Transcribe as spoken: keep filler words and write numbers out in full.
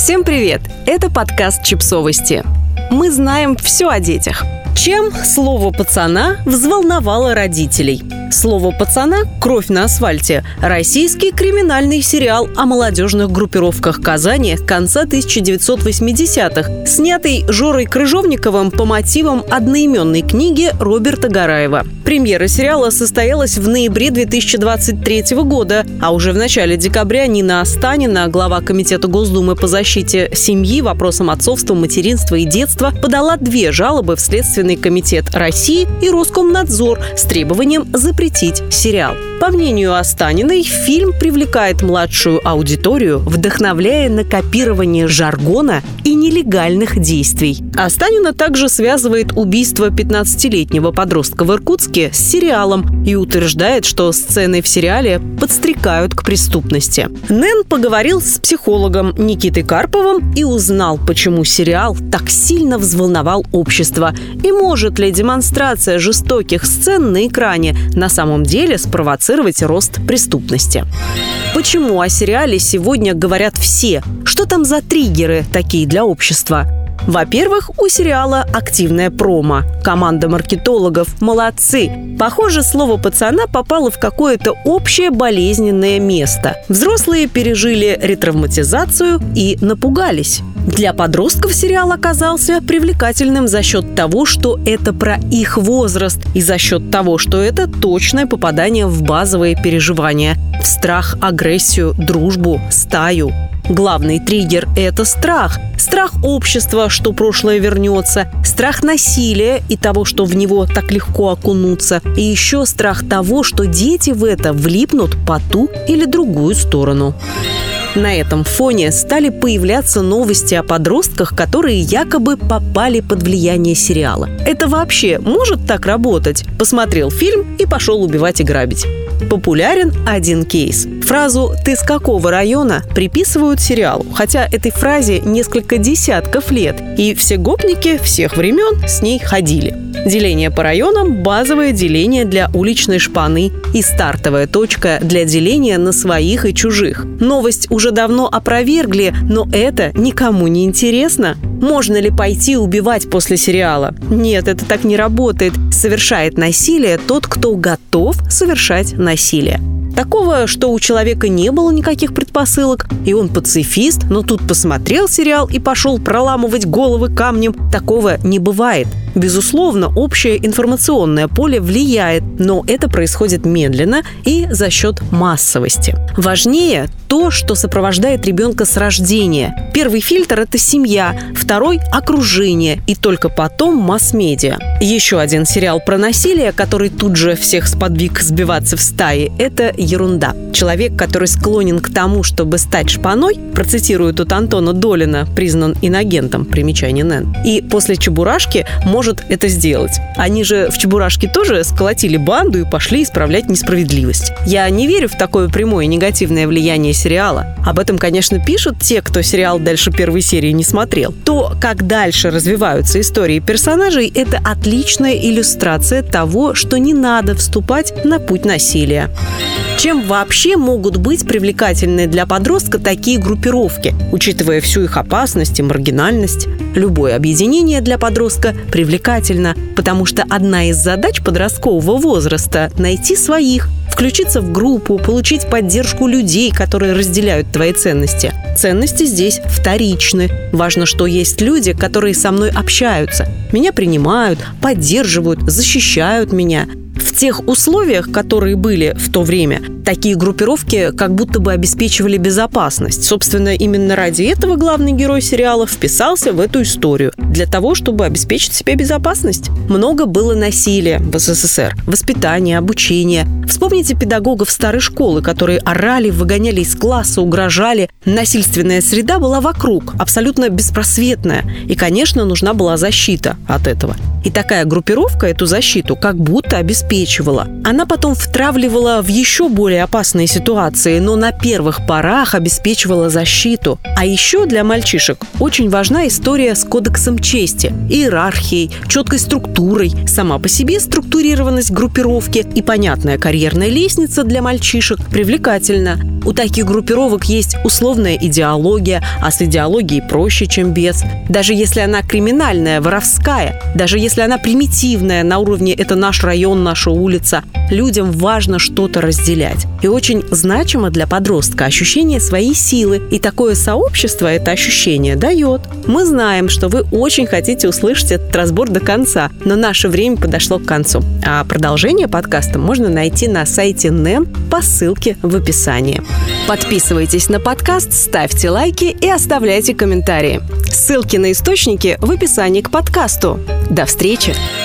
Всем привет! Это подкаст «Чипсовости». Мы знаем все о детях. Чем слово «пацана» взволновало родителей? Слово «пацана» «Кровь на асфальте» – российский криминальный сериал о молодежных группировках Казани конца тысяча девятьсот восьмидесятых, снятый Жорой Крыжовниковым по мотивам одноименной книги Роберта Гараева. Премьера сериала состоялась в ноябре две тысячи двадцать третьего года, а уже в начале декабря Нина Останина, глава Комитета Госдумы по защите семьи, вопросам отцовства, материнства и детства, подала две жалобы в Следственный комитет России и Роскомнадзор с требованием запретить сериал. По мнению Останиной, фильм привлекает младшую аудиторию, вдохновляя на копирование жаргона и нелегальных действий. Останина также связывает убийство пятнадцатилетнего подростка в Иркутске с сериалом и утверждает, что сцены в сериале подстрекают к преступности. Нэн поговорил с психологом Никитой Карповым и узнал, почему сериал так сильно взволновал общество и может ли демонстрация жестоких сцен на экране на самом деле спровоцировать рост преступности. Почему о сериале сегодня говорят все? Что там за триггеры такие для общества? Во-первых, у сериала активная промо. Команда маркетологов молодцы. Похоже, слово «пацана» попало в какое-то общее болезненное место. Взрослые пережили ретравматизацию и напугались. Для подростков сериал оказался привлекательным за счет того, что это про их возраст, и за счет того, что это точное попадание в базовые переживания, в страх, агрессию, дружбу, стаю. Главный триггер – это страх. Страх общества, что прошлое вернется, страх насилия и того, что в него так легко окунуться, и еще страх того, что дети в это влипнут по ту или другую сторону. На этом фоне стали появляться новости о подростках, которые якобы попали под влияние сериала. Это вообще может так работать? Посмотрел фильм и пошел убивать и грабить. Популярен один кейс. Фразу «ты с какого района» приписывают сериалу, хотя этой фразе несколько десятков лет, и все гопники всех времен с ней ходили. Деление по районам – базовое деление для уличной шпаны и стартовая точка для деления на своих и чужих. Новость уже давно опровергли, но это никому не интересно. Можно ли пойти убивать после сериала? Нет, это так не работает. Совершает насилие тот, кто готов совершать насилие. Такого, что у человека не было никаких предпосылок, и он пацифист, но тут посмотрел сериал и пошел проламывать головы камнем, такого не бывает. Безусловно, общее информационное поле влияет, но это происходит медленно и за счет массовости. Важнее то, что сопровождает ребенка с рождения. Первый фильтр – это семья, второй – окружение, и только потом масс-медиа. Еще один сериал про насилие, который тут же всех сподвиг сбиваться в стаи – это ерунда. Человек, который склонен к тому, чтобы стать шпаной, процитирую тут Антона Долина, признан инагентом, примечание Нэн, и после «Чебурашки» может это сделать. Они же в «Чебурашке» тоже сколотили банду и пошли исправлять несправедливость. Я не верю в такое прямое негативное влияние сериала. Об этом, конечно, пишут те, кто сериал дальше первой серии не смотрел. То, как дальше развиваются истории персонажей, это отличная иллюстрация того, что не надо вступать на путь насилия. Чем вообще могут быть привлекательны для подростка такие группировки, учитывая всю их опасность и маргинальность? Любое объединение для подростка привлекательно, потому что одна из задач подросткового возраста – найти своих, включиться в группу, получить поддержку людей, которые разделяют твои ценности. Ценности здесь вторичны. Важно, что есть люди, которые со мной общаются, меня принимают, поддерживают, защищают меня. В тех условиях, которые были в то время, такие группировки как будто бы обеспечивали безопасность. Собственно, именно ради этого главный герой сериала вписался в эту историю. Для того, чтобы обеспечить себе безопасность. Много было насилия в СССР. Воспитание, обучение. Вспомните педагогов старой школы, которые орали, выгоняли из класса, угрожали. Насильственная среда была вокруг, абсолютно беспросветная. И, конечно, нужна была защита от этого. И такая группировка эту защиту как будто обеспечивала. обеспечивала. Она потом втравливала в еще более опасные ситуации, но на первых порах обеспечивала защиту. А еще для мальчишек очень важна история с кодексом чести, иерархией, четкой структурой. Сама по себе структурированность группировки и понятная карьерная лестница для мальчишек привлекательна. У таких группировок есть условная идеология, а с идеологией проще, чем без. Даже если она криминальная, воровская, даже если она примитивная на уровне «это наш район, наша улица», людям важно что-то разделять. И очень значимо для подростка ощущение своей силы. И такое сообщество это ощущение дает. Мы знаем, что вы очень хотите услышать этот разбор до конца, но наше время подошло к концу. А продолжение подкаста можно найти на сайте эн и эн по ссылке в описании. Подписывайтесь на подкаст, ставьте лайки и оставляйте комментарии. Ссылки на источники в описании к подкасту. До встречи!